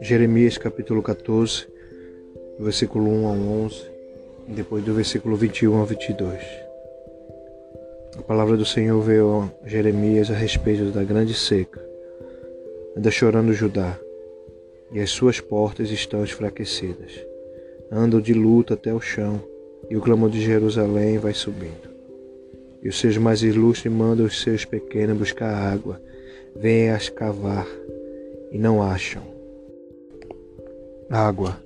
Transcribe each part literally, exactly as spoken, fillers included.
Jeremias capítulo quatorze, do versículo um ao onze, e depois do versículo vinte e um ao vinte e dois. A palavra do Senhor veio a Jeremias a respeito da grande seca. Anda chorando Judá, e as suas portas estão esfraquecidas. Andam de luto até o chão, e o clamor de Jerusalém vai subindo. E os seus mais ilustres mandam os seus pequenos buscar água, vêm a escavar, e não acham água.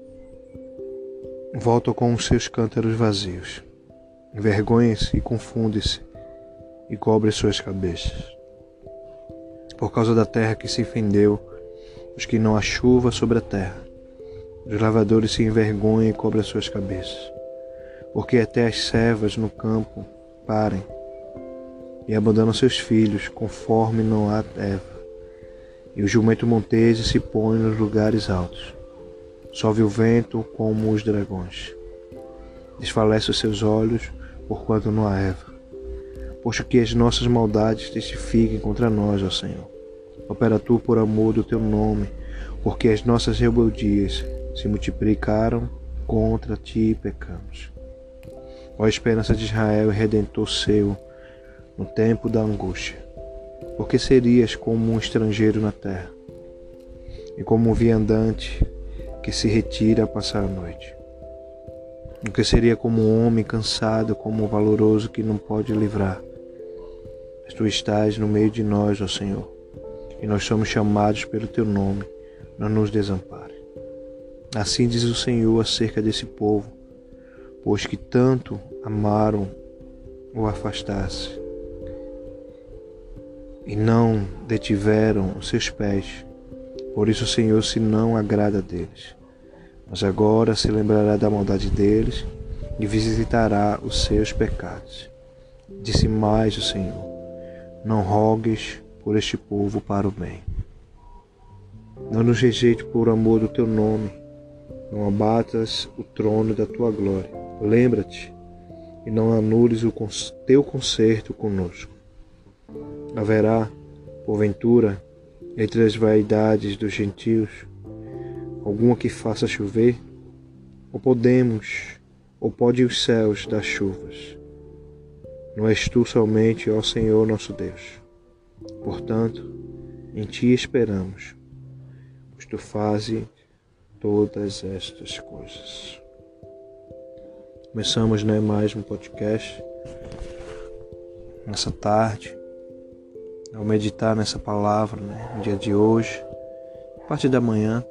Voltam com os seus cântaros vazios. Envergonhem-se e confundem-se, e cobrem suas cabeças. Por causa da terra que se fendeu, os que não há chuva sobre a terra. Os lavradores se envergonham e cobrem suas cabeças. Porque até as servas no campo parem, e abandonam seus filhos, conforme não há erva. E o jumento montese se põe nos lugares altos. Sobe o vento como os dragões. Desfalece os seus olhos, porquanto não há erva. Posto que as nossas maldades testifiquem contra nós, ó Senhor. Opera tu por amor do teu nome, porque as nossas rebeldias se multiplicaram contra ti e pecamos. Ó esperança de Israel e Redentor seu, no tempo da angústia. Porque serias como um estrangeiro na terra, e como um viandante que se retira a passar a noite. Porque seria como um homem cansado, como um valoroso que não pode livrar. Mas tu estás no meio de nós, ó Senhor, e nós somos chamados pelo teu nome, não nos desampare. Assim diz o Senhor acerca desse povo, pois que tanto amaram o afastar-se, e não detiveram os seus pés. Por isso o Senhor se não agrada deles. Mas agora se lembrará da maldade deles e visitará os seus pecados. Disse mais o Senhor: não rogues por este povo para o bem. Não nos rejeite por amor do teu nome. Não abatas o trono da tua glória. Lembra-te e não anules o teu concerto conosco. Haverá, porventura, entre as vaidades dos gentios, alguma que faça chover? Ou podemos, ou pode os céus dar chuvas? Não és tu somente, ó Senhor nosso Deus. Portanto, em ti esperamos, pois tu fazes todas estas coisas. Começamos, né, mais um podcast nessa tarde, ao meditar nessa palavra, né, no dia de hoje, a partir da manhã.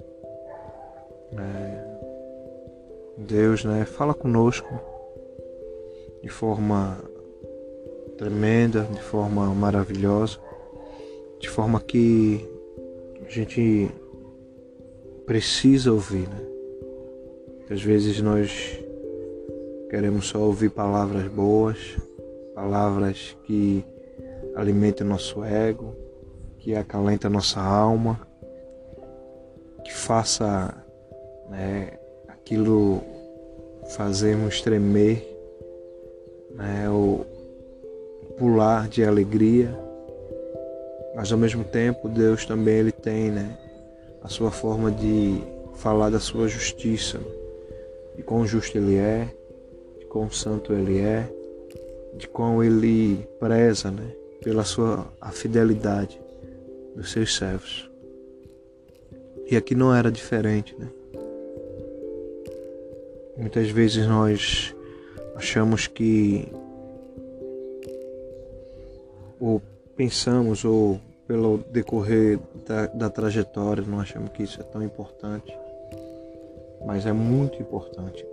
É, Deus, né, fala conosco de forma tremenda, de forma maravilhosa, de forma que a gente precisa ouvir, né? Às vezes nós queremos só ouvir palavras boas, palavras que alimentam nosso ego, que acalentam nossa alma, que faça, né, aquilo fazermos tremer, né, ou pular de alegria. Mas ao mesmo tempo Deus também ele tem, né, a sua forma de falar da sua justiça, de quão justo ele é, de quão santo ele é, de quão ele preza, né, pela sua a fidelidade dos seus servos. E aqui não era diferente, né? Muitas vezes nós achamos que, ou pensamos, ou pelo decorrer da, da trajetória, não achamos que isso é tão importante, mas é muito importante.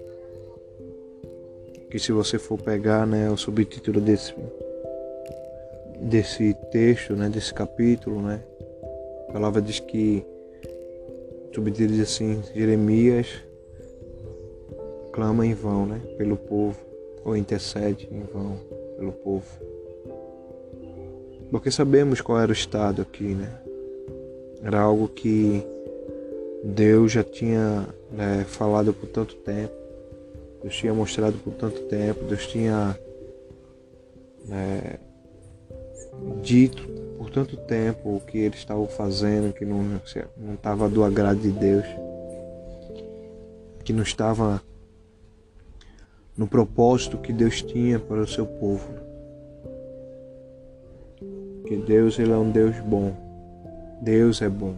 Que se você for pegar, né, o subtítulo desse, desse texto, né, desse capítulo, né, a palavra diz que, o subtítulo diz assim: Jeremias clama em vão, né, pelo povo, ou intercede em vão pelo povo. Porque sabemos qual era o estado aqui, né? Era algo que Deus já tinha, né, falado por tanto tempo, Deus tinha mostrado por tanto tempo, Deus tinha, né, dito por tanto tempo o que eles estavam fazendo, que não não estava do agrado de Deus, que não estava no propósito que Deus tinha para o seu povo. Que Deus, ele é um Deus bom. Deus é bom.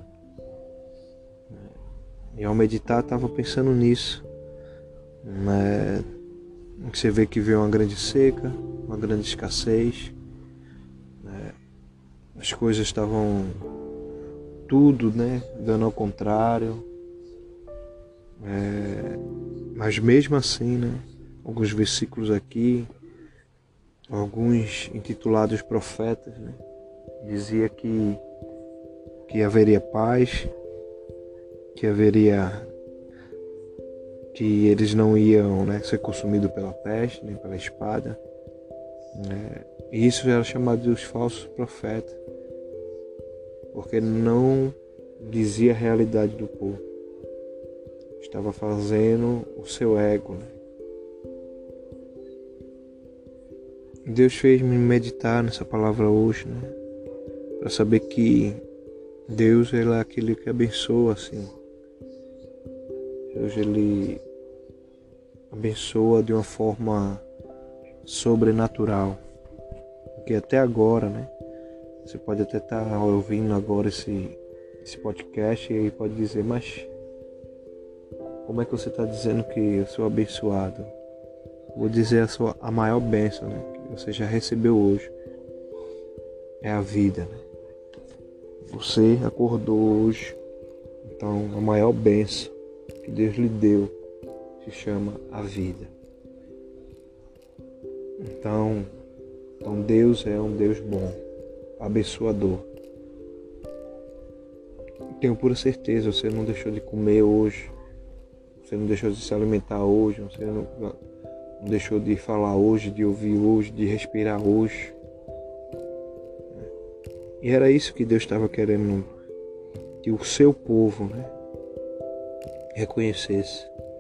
E ao meditar estava pensando nisso, né? Você vê que veio uma grande seca, uma grande escassez, né? As coisas estavam tudo, né, dando ao contrário, é, mas mesmo assim, né, alguns versículos aqui, alguns intitulados profetas, né, dizia que que haveria paz, que haveria que eles não iam, né, ser consumidos pela peste nem pela espada, né? E isso era chamado de os falsos profetas, porque não dizia a realidade do povo, estava fazendo o seu ego, né? Deus fez me meditar nessa palavra hoje, né, para saber que Deus, ele é aquele que abençoa, assim. Deus, ele abençoa de uma forma sobrenatural. Porque até agora, né, você pode até estar ouvindo agora esse, esse podcast e aí pode dizer, mas como é que você está dizendo que eu sou abençoado? Vou dizer a, sua, a maior bênção, né, que você já recebeu hoje. É a vida, né? Você acordou hoje, então a maior bênção que Deus lhe deu se chama a vida. Então, então Deus é um Deus bom, abençoador. Tenho pura certeza, você não deixou de comer hoje, você não deixou de se alimentar hoje, você não, não deixou de falar hoje, de ouvir hoje, de respirar hoje. E era isso que Deus estava querendo que o seu povo, né, reconhecesse.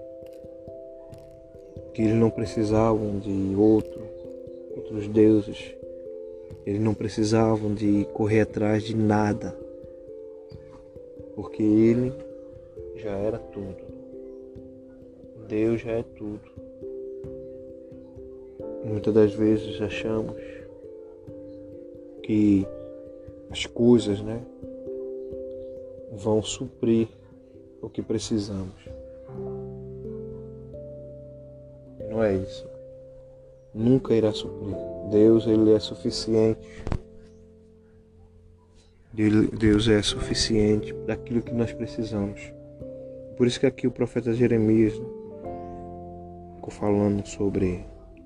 Que eles não precisavam de outro, outros deuses. Eles não precisavam de correr atrás de nada. Porque Ele já era tudo. Deus já é tudo. E muitas das vezes achamos que as coisas, né, vão suprir o que precisamos. E não é isso. Nunca irá suprir. Deus, ele é suficiente. Deus é suficiente para aquilo que nós precisamos. Por isso que aqui o profeta Jeremias, né, ficou falando sobre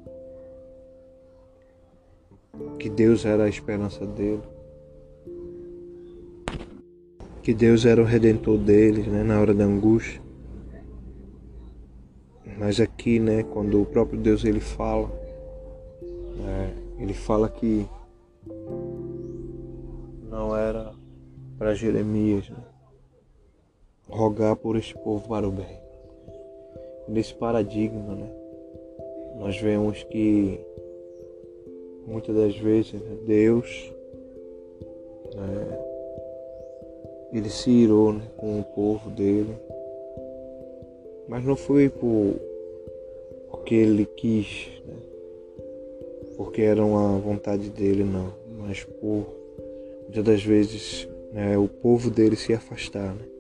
que Deus era a esperança dele, que Deus era o redentor deles, né, na hora da angústia. Mas aqui, né, quando o próprio Deus ele fala, é, ele fala que não era para Jeremias, né, rogar por este povo para o bem. Nesse paradigma, né, nós vemos que muitas das vezes, né, Deus, né, ele se irou, né, com o povo dele, mas não foi por, porque ele quis, né, porque era uma vontade dele, não, mas por muitas das vezes, né, o povo dele se afastar, né?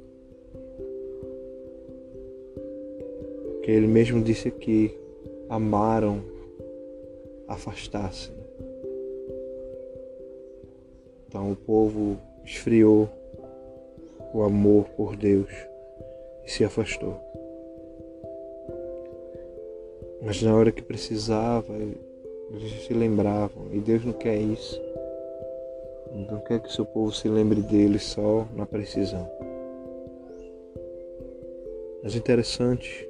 Porque ele mesmo disse que amaram afastar-se, né? Então o povo esfriou o amor por Deus e se afastou. Mas na hora que precisava, eles se lembravam. E Deus não quer isso. Não quer que o seu povo se lembre dele só na precisão. Mas é interessante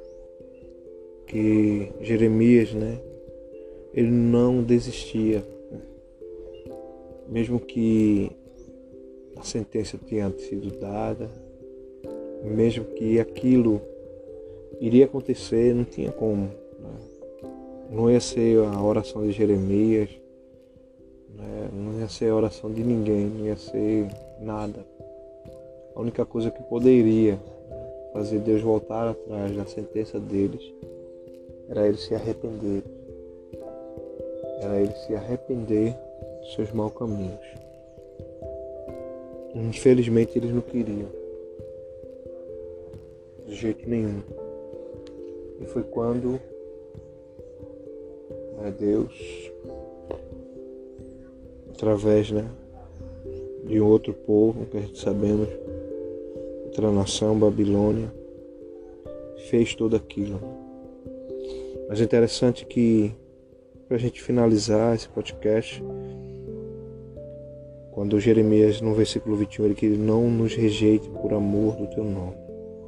que Jeremias, né, ele não desistia, né? Mesmo que a sentença tenha sido dada, mesmo que aquilo iria acontecer, não tinha como, né? Não ia ser a oração de Jeremias, né? Não ia ser a oração de ninguém, não ia ser nada. A única coisa que poderia fazer Deus voltar atrás da sentença deles era eles se arrepender. Era eles se arrepender dos seus maus caminhos. Infelizmente eles não queriam. De jeito nenhum. E foi quando né, Deus, através né, de outro povo, que a gente sabemos, outra nação, Babilônia, fez tudo aquilo. Mas é interessante que, para a gente finalizar esse podcast, quando Jeremias, no versículo vinte e um, ele que não nos rejeite por amor do teu nome.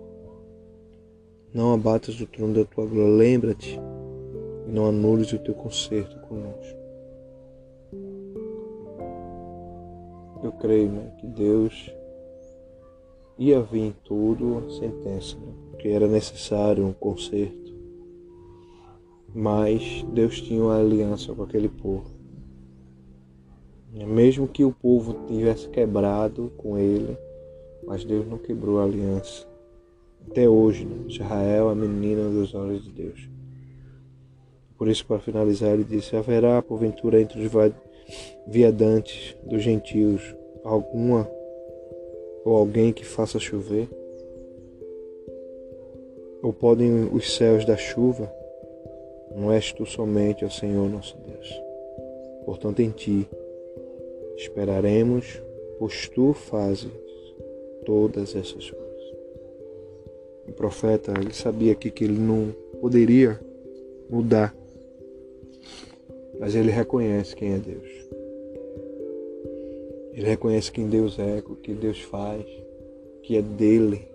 Não abatas do trono da tua glória. Lembra-te e não anules o teu conserto conosco. Eu creio né, que Deus ia vir em tudo a sentença, né, porque era necessário um conserto. Mas Deus tinha uma aliança com aquele povo. Mesmo que o povo tivesse quebrado com ele, mas Deus não quebrou a aliança. Até hoje, né? Israel é a menina dos olhos de Deus. Por isso, para finalizar, ele disse: haverá, porventura, entre os viadantes dos gentios, alguma ou alguém que faça chover? Ou podem os céus dar chuva? Não és tu somente, ó Senhor nosso Deus. Portanto, em ti esperaremos, pois tu fazes todas essas coisas. O profeta, ele sabia aqui que ele não poderia mudar, mas ele reconhece quem é Deus. Ele reconhece quem Deus é, o que Deus faz, que é dele.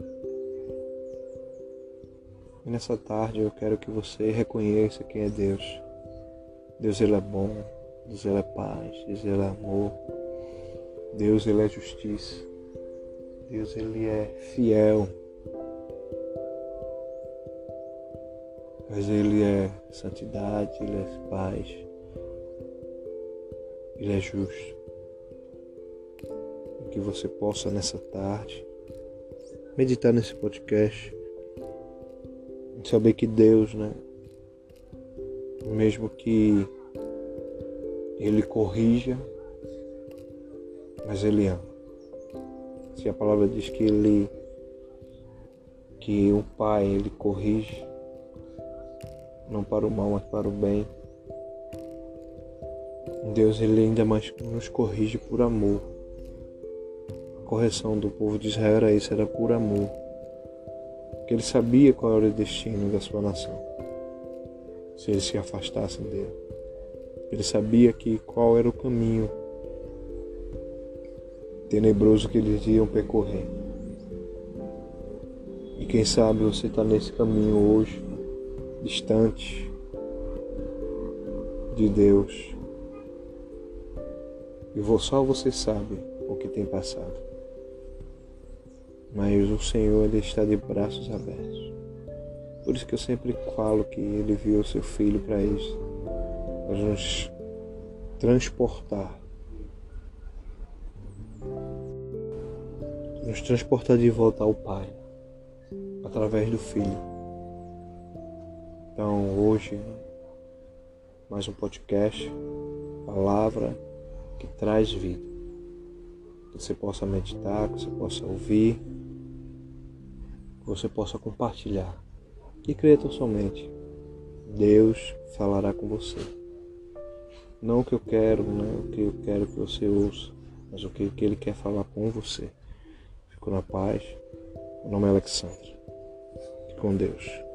E nessa tarde eu quero que você reconheça quem é Deus. Deus, ele é bom. Deus, ele é paz. Deus, ele é amor. Deus, ele é justiça. Deus, ele é fiel. Mas ele é santidade, ele é paz. Ele é justo. Que você possa nessa tarde meditar nesse podcast e saber que Deus, né, mesmo que ele corrija, mas ele ama. Se a palavra diz que ele que o pai ele corrige não para o mal, mas para o bem, Deus ele ainda mais nos corrige por amor. Correção do povo de Israel era isso, era por amor. Porque ele sabia qual era o destino da sua nação, se eles se afastassem dele. Ele sabia que qual era o caminho tenebroso que eles iam percorrer. E quem sabe você está nesse caminho hoje, distante de Deus. E só você sabe o que tem passado. Mas o Senhor ele está de braços abertos. Por isso que eu sempre falo que ele enviou o seu Filho para isso, para nos transportar, nos transportar de volta ao Pai, através do Filho. Então hoje, mais um podcast, palavra que traz vida. Que você possa meditar, que você possa ouvir, que você possa compartilhar. E creia tão somente, Deus falará com você. Não o que eu quero, não o que eu quero que você ouça, mas o que, que Ele quer falar com você. Fico na paz. Meu nome é Alexandre. Fique com Deus.